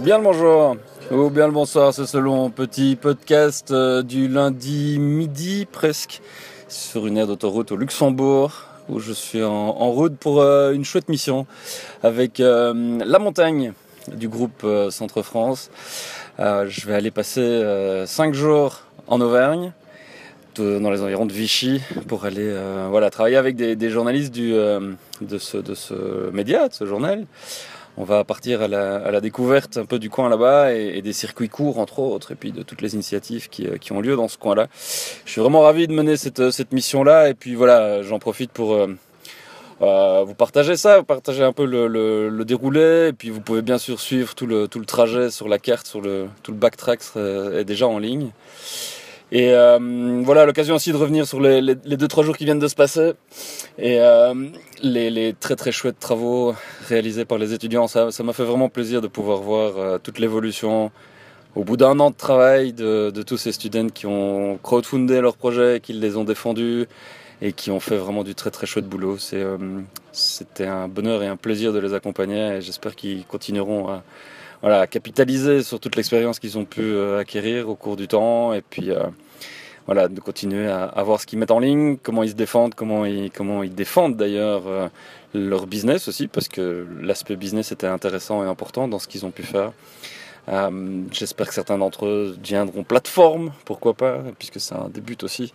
Bien le bonjour ou bien le bonsoir, c'est selon petit podcast du lundi midi presque sur une aire d'autoroute au Luxembourg où je suis en route pour une chouette mission avec La Montagne du groupe Centre France. Je vais aller passer 5 jours en Auvergne dans les environs de Vichy pour aller travailler avec des journalistes de ce média, de ce journal. On va partir à la découverte un peu du coin là-bas et des circuits courts entre autres, et puis de toutes les initiatives qui ont lieu dans ce coin-là. Je suis vraiment ravi de mener cette mission-là, et puis voilà, j'en profite pour vous partager ça, vous partager un peu le déroulé, et puis vous pouvez bien sûr suivre tout le trajet sur la carte, tout le backtrack est déjà en ligne. Et voilà, l'occasion aussi de revenir sur les 2-3 jours qui viennent de se passer et les très très chouettes travaux réalisés par les étudiants. Ça m'a fait vraiment plaisir de pouvoir voir toute l'évolution au bout d'un an de travail de tous ces students qui ont crowdfundé leurs projets, qui les ont défendus et qui ont fait vraiment du très très chouette boulot. C'était un bonheur et un plaisir de les accompagner, et j'espère qu'ils continueront à capitaliser sur toute l'expérience qu'ils ont pu acquérir au cours du temps, et puis de continuer à voir ce qu'ils mettent en ligne, comment ils se défendent, comment ils défendent d'ailleurs leur business aussi, parce que l'aspect business était intéressant et important dans ce qu'ils ont pu faire. J'espère que certains d'entre eux deviendront plateforme, pourquoi pas, puisque c'est un début aussi.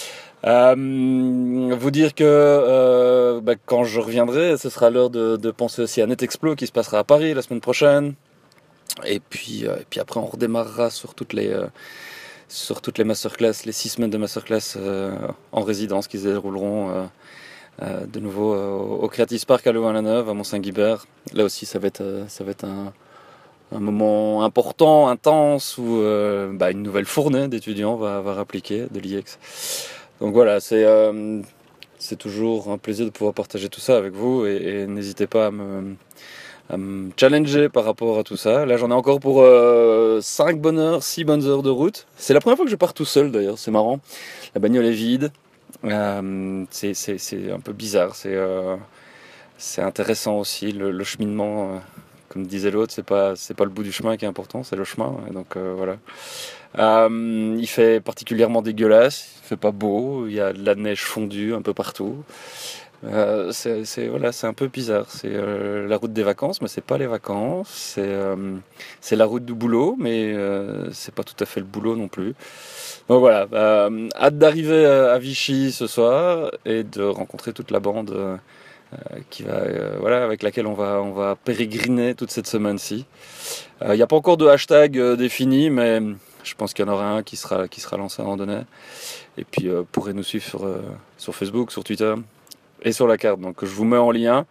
Vous dire que quand je reviendrai, ce sera l'heure de penser aussi à NetExplo qui se passera à Paris la semaine prochaine. Et puis après on redémarrera sur toutes les masterclass, les 6 semaines de masterclass en résidence qui se dérouleront de nouveau au Creative Park à Louvain-la-Neuve, à Mont-Saint-Guibert. Là aussi ça va être un moment important, intense, où une nouvelle fournée d'étudiants va rappliquer de l'IEX. Donc voilà, c'est toujours un plaisir de pouvoir partager tout ça avec vous, et n'hésitez pas à me challenger par rapport à tout ça. Là, j'en ai encore pour 6 bonnes heures de route. C'est la première fois que je pars tout seul d'ailleurs, c'est marrant. La bagnole est vide. C'est un peu bizarre. C'est intéressant aussi le cheminement. Comme disait l'autre, c'est pas le bout du chemin qui est important, c'est le chemin. Et donc voilà. Il fait particulièrement dégueulasse, il fait pas beau, il y a de la neige fondue un peu partout. C'est un peu bizarre. C'est la route des vacances, mais c'est pas les vacances. C'est la route du boulot, mais c'est pas tout à fait le boulot non plus. Donc voilà, hâte d'arriver à Vichy ce soir et de rencontrer toute la bande avec laquelle on va pérégriner toute cette semaine-ci. Il n'y a pas encore de hashtag défini, mais je pense qu'il y en aura un qui sera lancé à un moment donné. Et puis vous pourrez nous suivre sur Facebook, sur Twitter et sur la carte, donc je vous mets en lien.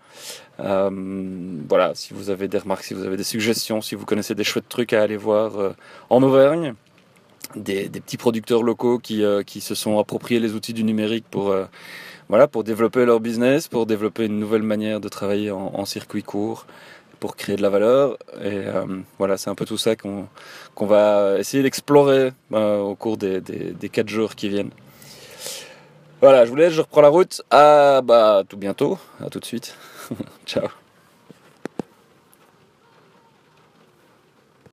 Si vous avez des remarques, si vous avez des suggestions, si vous connaissez des chouettes trucs à aller voir en Auvergne, des petits producteurs locaux qui se sont appropriés les outils du numérique pour développer leur business, pour développer une nouvelle manière de travailler en circuit court, pour créer de la valeur. Et c'est un peu tout ça qu'on va essayer d'explorer au cours des 4 jours qui viennent. Voilà, je vous laisse, je reprends la route. Tout bientôt, à tout de suite. Ciao.